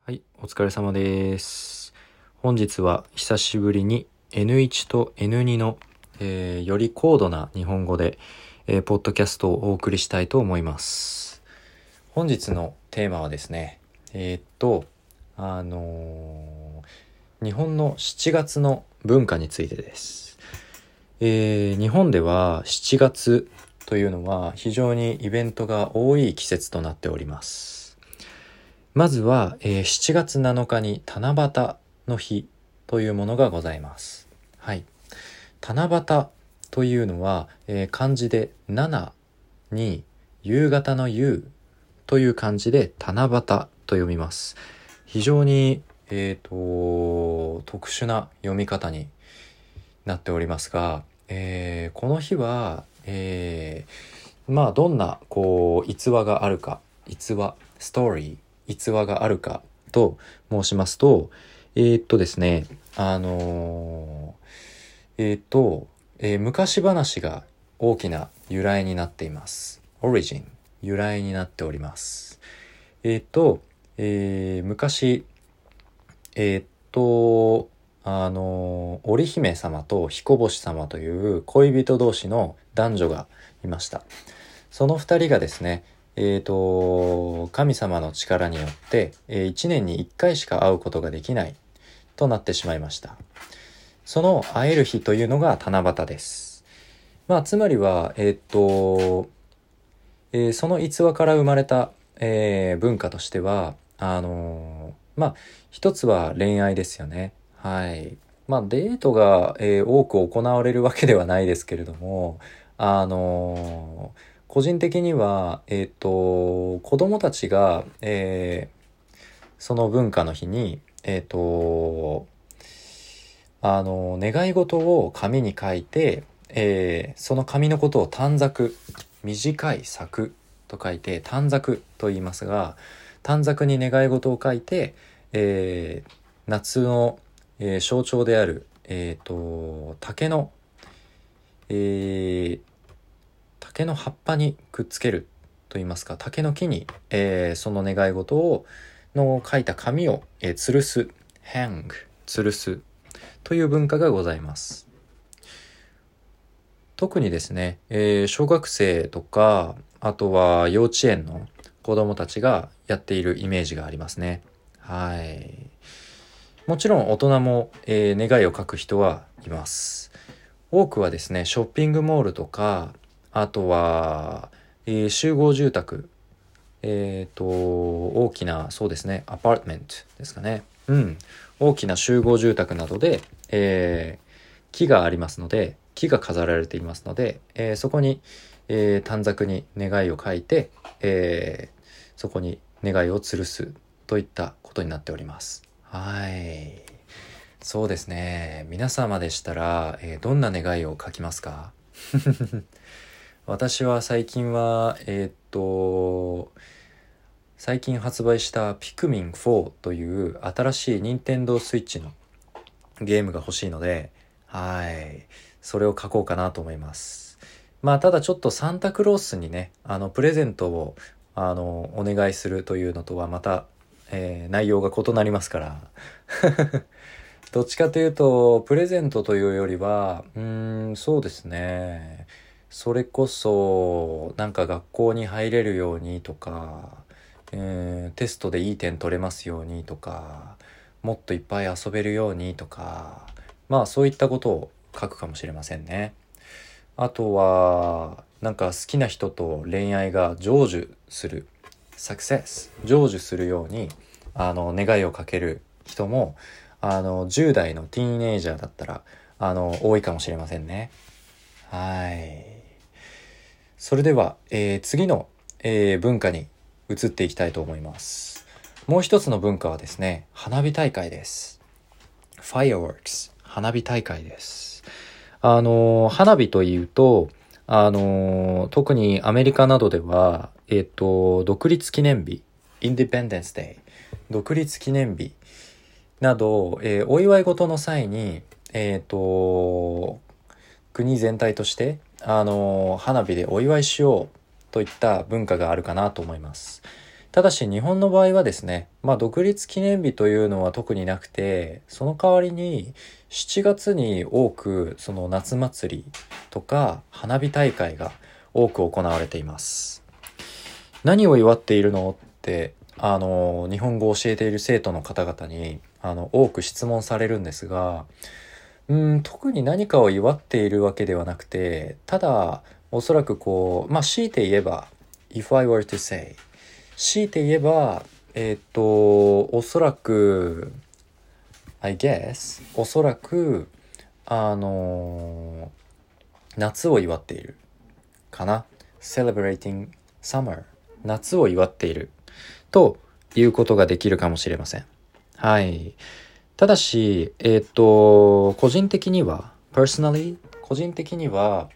はい、お疲れ様です。本日は久しぶりに N1 と N2 の、より高度な日本語で、ポッドキャストをお送りしたいと思います。本日のテーマはですね、日本の7月の文化についてです。日本では7月というのは非常にイベントが多い季節となっております。まずは、7月7日に七夕の日というものがございます。はい。七夕というのは、漢字で七に夕方の夕という漢字で七夕と読みます。非常に、特殊な読み方になっておりますが、この日は、どんな逸話があるか、ストーリー、逸話があるかと申しますと、ですね、昔話が大きな由来になっています。origin、由来になっております。昔、織姫様と彦星様という恋人同士の男女がいました。その二人がですね、神様の力によって、1年に1回しか会うことができないとなってしまいました。その会える日というのが七夕です。つまりは、その逸話から生まれた、文化としては、一つは恋愛ですよね。はい。デートが、多く行われるわけではないですけれども、個人的には、子供たちが、その文化の日に、願い事を紙に書いて、その紙のことを短冊、短い冊と書いて短冊と言いますが、短冊に願い事を書いて、夏の、象徴である、竹の、竹の葉っぱにくっつけると言いますか、竹の木に、その願い事を書いた紙を、吊るす hang 吊るすという文化がございます。特にですね、小学生とかあとは幼稚園の子供たちがやっているイメージがありますね。はい。もちろん大人も、願いを書く人はいます。多くはですね、ショッピングモールとかあとは、集合住宅、大きな、そうですね、アパートメントですかね。大きな集合住宅などで、木がありますので、木が飾られていますので、そこに、短冊に願いを書いて、そこに願いを吊るすといったことになっております。はい。そうですね。皆様でしたら、どんな願いを書きますか？私は最近は、最近発売したピクミン4という新しい任天堂スイッチのゲームが欲しいので、はい。それを書こうかなと思います。ただちょっとサンタクロースにね、プレゼントを、お願いするというのとはまた、内容が異なりますから。どっちかというと、プレゼントというよりは、そうですね。それこそ、なんか学校に入れるようにとか、テストでいい点取れますようにとか、もっといっぱい遊べるようにとか、そういったことを書くかもしれませんね。あとは、なんか好きな人と恋愛が成就する、success、成就するように、願いをかける人も、10代のティーンエイジャーだったら、多いかもしれませんね。はい。それでは、次の、文化に移っていきたいと思います。もう一つの文化はですね、花火大会です。fireworks、花火大会です。花火というと、特にアメリカなどでは、独立記念日、Independence Day、独立記念日など、お祝い事の際に、国全体として、花火でお祝いしようといった文化があるかなと思います。 ただし日本の場合はですね、独立記念日というのは特になくて、その代わりに7月に多くその夏祭りとか花火大会が多く行われています。何を祝っているのって日本語を教えている生徒の方々に多く質問されるんですが、特に何かを祝っているわけではなくて、ただおそらく強いて言えば if I were to say 強いて言えばおそらく I guess おそらく夏を祝っているかな。 celebrating summer 夏を祝っているということができるかもしれません。はい。ただし、個人的には、personally、個人的には、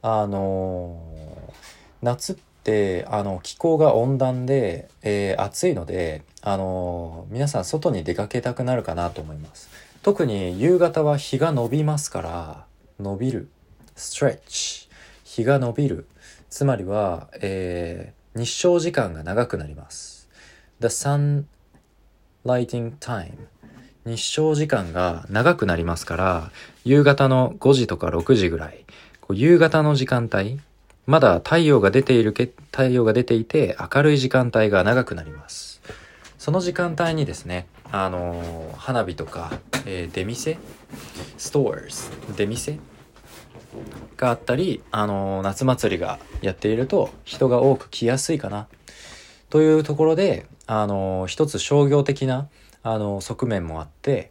夏って、気候が温暖で、暑いので、皆さん外に出かけたくなるかなと思います。特に夕方は日が伸びますから、伸びる、stretch、日が伸びる。つまりは、日照時間が長くなります。The sun lighting time。日照時間が長くなりますから、夕方の5時とか6時ぐらい、夕方の時間帯、まだ太陽が出ていて明るい時間帯が長くなります。その時間帯にですね、花火とか、出店、stores、出店があったり、夏祭りがやっていると人が多く来やすいかなというところで、一つ商業的な側面もあって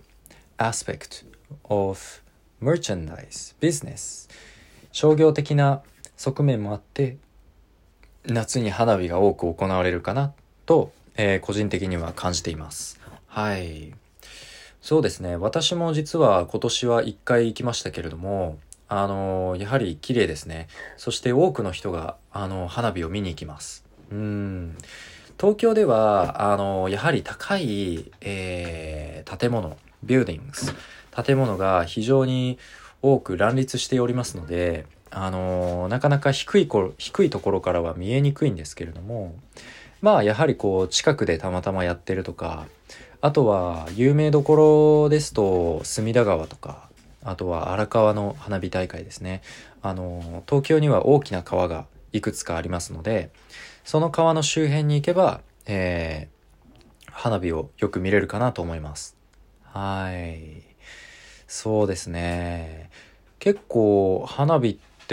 、aspect of merchandise business、 商業的な側面もあって、夏に花火が多く行われるかなと、個人的には感じています。はい。そうですね。私も実は今年は1回行きましたけれども、やはり綺麗ですね。そして多くの人が花火を見に行きます。東京ではやはり高い、建物 buildings 建物が非常に多く乱立しておりますので、なかなか低いところからは見えにくいんですけれども、やはり近くでたまたまやってるとか、あとは有名どころですと隅田川とか、あとは荒川の花火大会ですね。東京には大きな川がいくつかありますので、その川の周辺に行けば、花火をよく見れるかなと思います。はい。そうですね。結構花火って、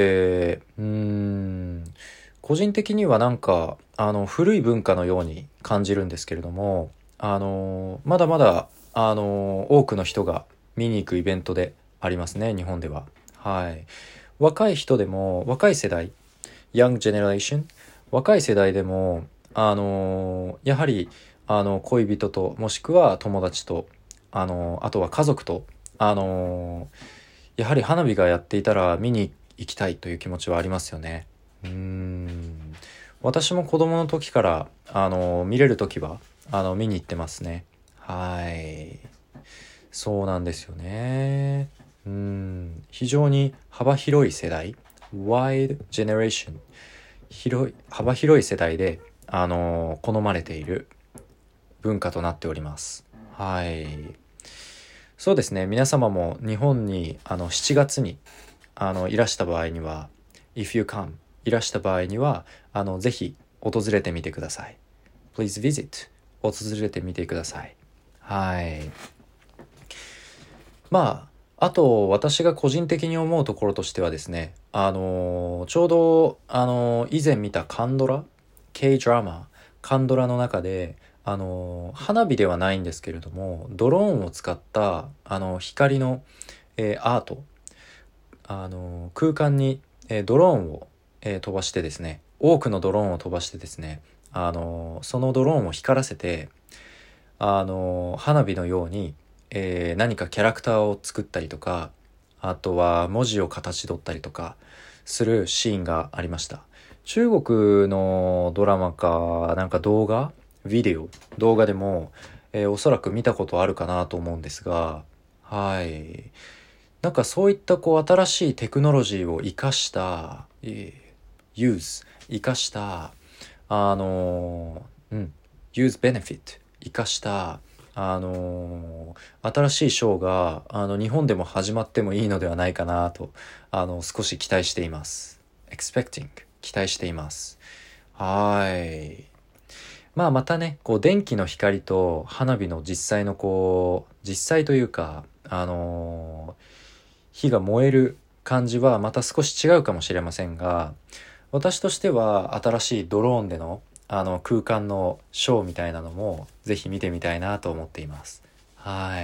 個人的には古い文化のように感じるんですけれども、まだまだ、多くの人が見に行くイベントでありますね、日本では。はい。若い人でも、若い世代、Young Generation、若い世代でも、やはり、恋人と、もしくは友達と、あとは家族と、やはり花火がやっていたら見に行きたいという気持ちはありますよね。私も子供の時から、見れる時は、見に行ってますね。はい。そうなんですよね。非常に幅広い世代、wide generation、幅広い世代で、好まれている文化となっております。はい。そうですね。皆様も日本に7月にいらした場合には、if you come いらした場合にはぜひ訪れてみてください。Please visit 訪れてみてください。はい。あと私が個人的に思うところとしてはですね、ちょうど以前見たカンドラ K ドラマカンドラの中で花火ではないんですけれども、ドローンを使った光の、アート、空間に、ドローンを、飛ばしてですね、多くのドローンを飛ばしてですね、そのドローンを光らせて花火のように、何かキャラクターを作ったりとか、あとは文字を形取ったりとかするシーンがありました。中国のドラマか動画でも、おそらく見たことあるかなと思うんですが、はい。そういった新しいテクノロジーを生かした、生かした、 use benefit 生かした新しいショーが日本でも始まってもいいのではないかなと少し期待しています。 expecting 期待しています。はい。またね電気の光と花火の実際の実際というか火が燃える感じはまた少し違うかもしれませんが、私としては新しいドローンでの空間のショーみたいなのもぜひ見てみたいなと思っています。はい。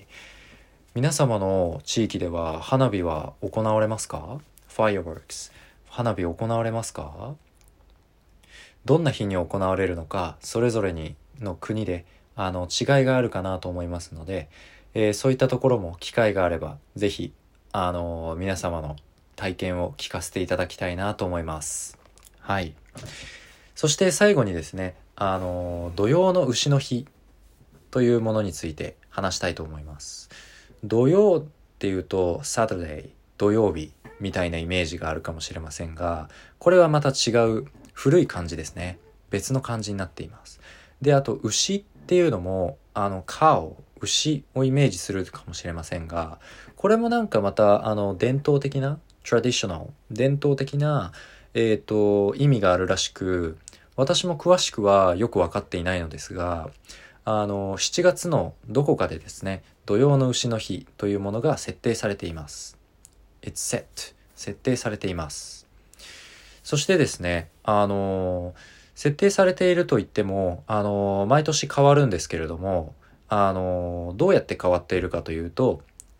皆様の地域では花火は行われますか？ Fireworks 花火行われますか？どんな日に行われるのかそれぞれの国で違いがあるかなと思いますので、そういったところも機会があればぜひ皆様の体験を聞かせていただきたいなと思います。はい。そして最後にですね、土曜の丑の日というものについて話したいと思います。土曜っていうと Saturday 土曜日みたいなイメージがあるかもしれませんが、これはまた違う古い漢字ですね。別の漢字になっています。で、あと牛っていうのもカオ牛をイメージするかもしれませんが、これもなんかまた伝統的な伝統的な意味があるらしく、私も詳しくはよく分かっていないのですが、7月のどこかでですね、土曜の丑の日というものが設定されています。It's set 設定されています。そしてですね、設定されているといっても毎年変わるんですけれども、どうやって変わっているかというと、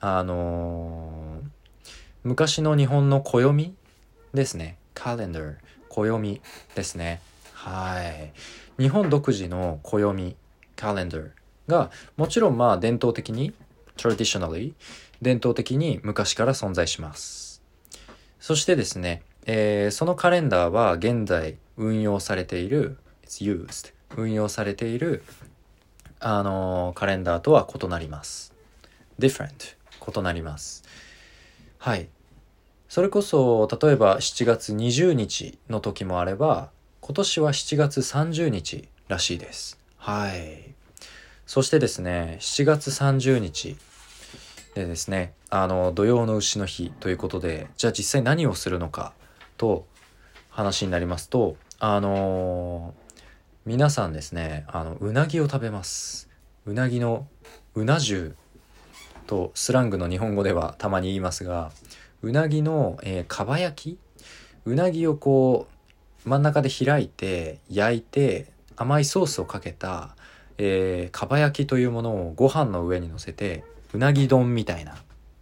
昔の日本の暦ですね。calendar 暦ですね。はい。日本独自の暦 calendar がもちろん伝統的に traditionally 伝統的に昔から存在します。そしてですね、そのカレンダーは現在運用されている it's used 運用されているカレンダーとは異なります。different 異なります。はい。それこそ例えば7月20日の時もあれば、今年は7月30日らしいです。はい。そしてですね、7月30日でですね、土曜の丑の日ということで、じゃあ実際何をするのかと話になりますと、皆さんですね、うなぎを食べます。うなぎのうな重とスラングの日本語ではたまに言いますが、うなぎの、かば焼き、うなぎを真ん中で開いて焼いて甘いソースをかけた、かば焼きというものをご飯の上に乗せて、うなぎ丼みたいな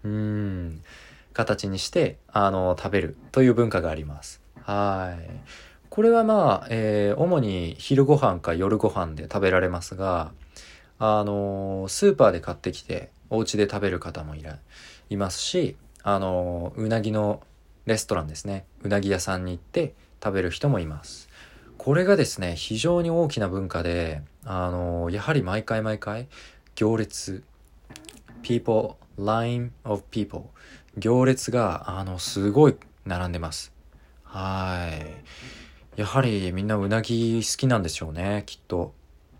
形にして食べるという文化があります。はい。これは主に昼ご飯か夜ご飯で食べられますが、スーパーで買ってきてお家で食べる方もいますし、うなぎのレストランですね、うなぎ屋さんに行って食べる人もいます。これがですね、非常に大きな文化で、やはり毎回行列 people line of people 行列がすごい並んでます。はい。やはりみんなうなぎ好きなんでしょうね、きっと。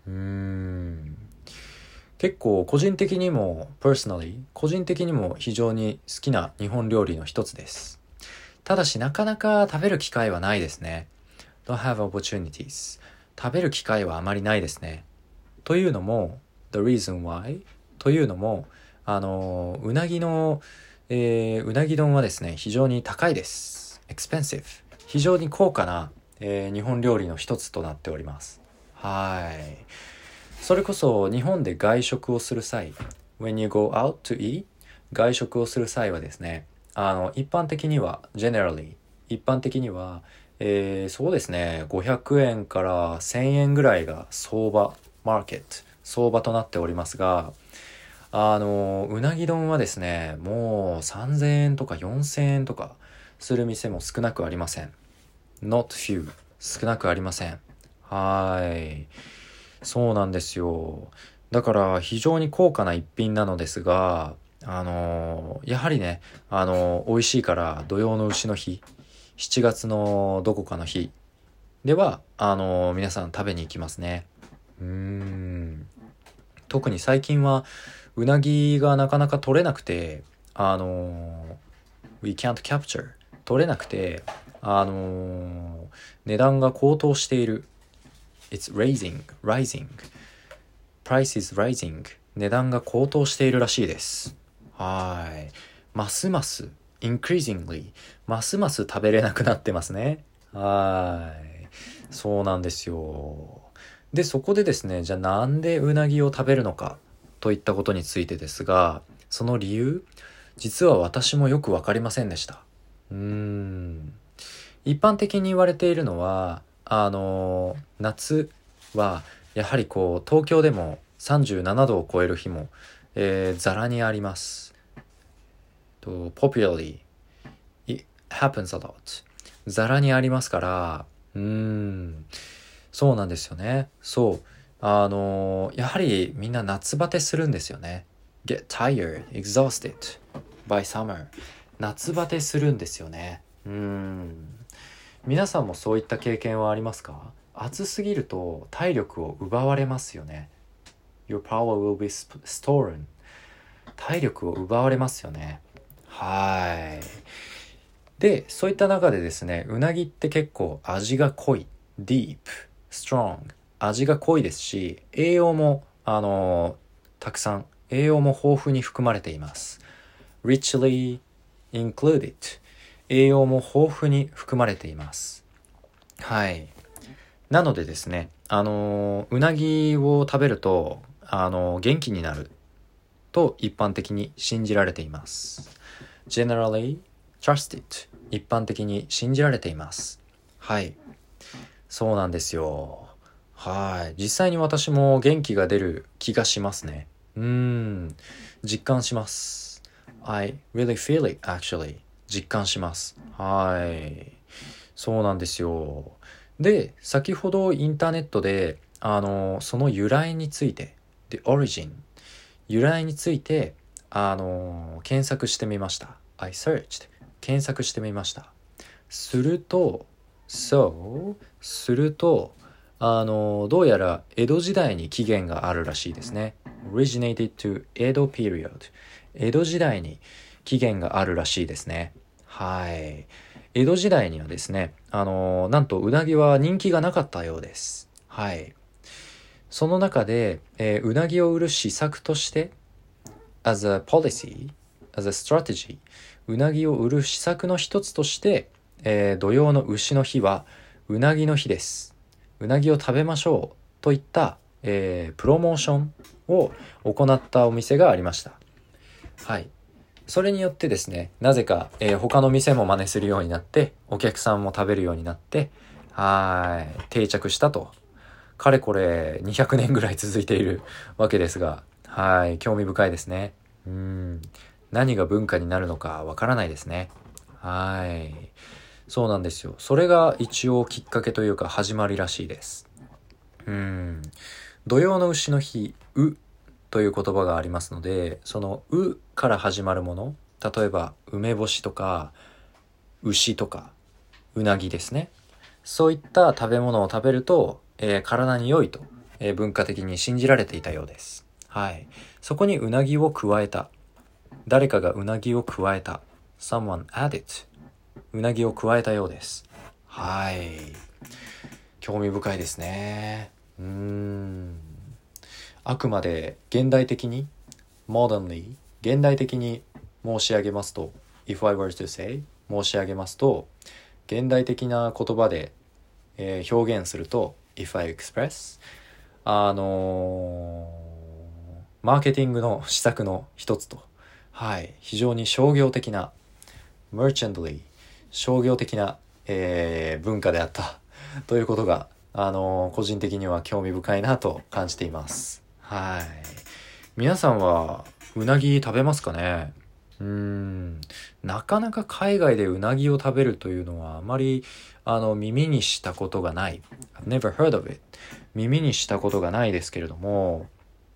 結構個人的にも非常に好きな日本料理の一つです。ただしなかなか食べる機会はないですね。Don't have opportunities 食べる機会はあまりないですね。というのも the reason why というのもうなぎ丼はですね、非常に高いです。expensive 非常に高価な、日本料理の一つとなっております。はい。それこそ日本で外食をする際 when you go out to eat 外食をする際はですね、一般的にはそうですね、500円から1000円ぐらいが相場となっておりますが、うなぎ丼はですね、もう3000円とか4000円とかする店も少なくありません。not few 少なくありません。はい。そうなんですよ。だから非常に高価な一品なのですが、やはりね、美味しいから土曜の丑の日、7月のどこかの日では、皆さん食べに行きますね。 特に最近はうなぎがなかなか取れなくて、we can't capture 取れなくて、値段が高騰している。It's rising price is rising 値段が高騰しているらしいです。はい。ますます increasingly ますます食べれなくなってますね。はい。そうなんですよ。で、そこでですね、じゃあなんでうなぎを食べるのかといったことについてですが、その理由、実は私もよくわかりませんでした。一般的に言われているのは、夏はやはりこう東京でも37度を超える日も、ざらにあります。popularly it happens a lot ざらにありますから、そうなんですよね。そう、やはりみんな夏バテするんですよね。get tired, exhausted by summer 夏バテするんですよね。皆さんもそういった経験はありますか？暑すぎると体力を奪われますよね。Your power will be stolen 体力を奪われますよね。はい。で、そういった中でですね、うなぎって結構味が濃い、deep, strong 味が濃いですし、栄養もたくさん栄養も豊富に含まれています。richly included 栄養も豊富に含まれています。はい。なのでですね、うなぎを食べると元気になると一般的に信じられています。generally trusted 一般的に信じられています。はい。そうなんですよ。はい。実際に私も元気が出る気がしますね。実感します。I really feel it actually 実感します。はい。そうなんですよ。で、先ほどインターネットでその由来について the origin 由来について検索してみました。I searched 検索してみました。するとどうやら江戸時代に起源があるらしいですね。originated to Edo period 江戸時代に起源があるらしいですね。はい。江戸時代にはですね、なんとうなぎは人気がなかったようです。はい。その中で、うなぎを売る施策として、as a policy, as a strategy、うなぎを売る施策の一つとして、土曜の牛の日はうなぎの日です。うなぎを食べましょうといった、プロモーションを行ったお店がありました。はい。それによってですね、なぜか、他の店も真似するようになって、お客さんも食べるようになって、定着したと。かれこれ200年ぐらい続いているわけですが、興味深いですね。何が文化になるのかわからないですね。そうなんですよ。それが一応きっかけというか始まりらしいです。土曜の牛の日、という言葉がありますので、そのから始まるもの、例えば梅干しとか牛とかうなぎですね。そういった食べ物を食べると、体に良いと、文化的に信じられていたようです。はい。そこにうなぎを加えた。誰かがうなぎを加えた。Someone added うなぎを加えたようです。はい。興味深いですね。あくまで現代的に modernly 現代的に申し上げますと if I were to say 申し上げますと現代的な言葉で、表現すると if I express マーケティングの施策の一つと、非常に商業的な merchantly 商業的な、文化であったということが個人的には興味深いなと感じています。皆さんはうなぎ食べますかね？なかなか海外でうなぎを食べるというのはあまり耳にしたことがない。I've never heard of it. 耳にしたことがないですけれども、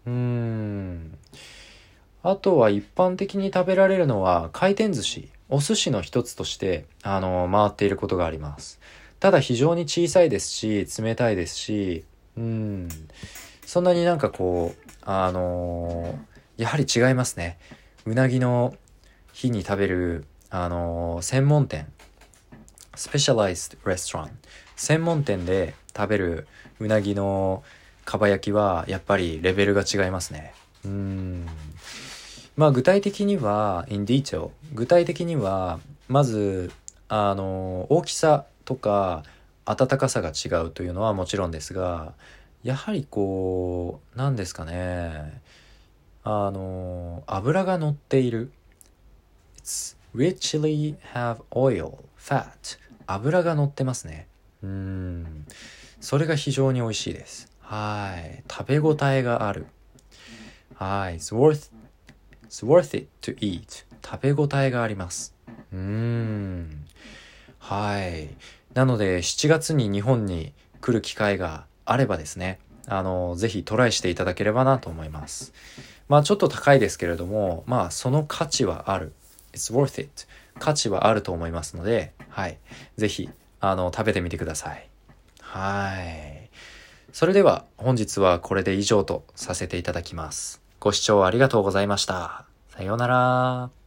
あとは一般的に食べられるのは回転寿司、お寿司の一つとして回っていることがあります。ただ非常に小さいですし冷たいですし、 そんなになんかこう、やはり違いますね。うなぎの日に食べる、専門店、specialized restaurant、専門店で食べるうなぎのかば焼きはやっぱりレベルが違いますね。まあ具体的には、in detail、具体的には、まず、大きさとか温かさが違うというのはもちろんですが、やはりこう、なんですかね、油が乗っている。It's richly have oil, fat。油が乗ってますね。それが非常に美味しいです。はい。食べ応えがある。はい。It's worth it to eat。食べ応えがあります。はい。なので、7月に日本に来る機会があればですね、ぜひトライしていただければなと思います。まあちょっと高いですけれども、まあその価値はある。It's worth it。価値はあると思いますので、はい。ぜひ、食べてみてください。はい。それでは本日はこれで以上とさせていただきます。ご視聴ありがとうございました。さようなら。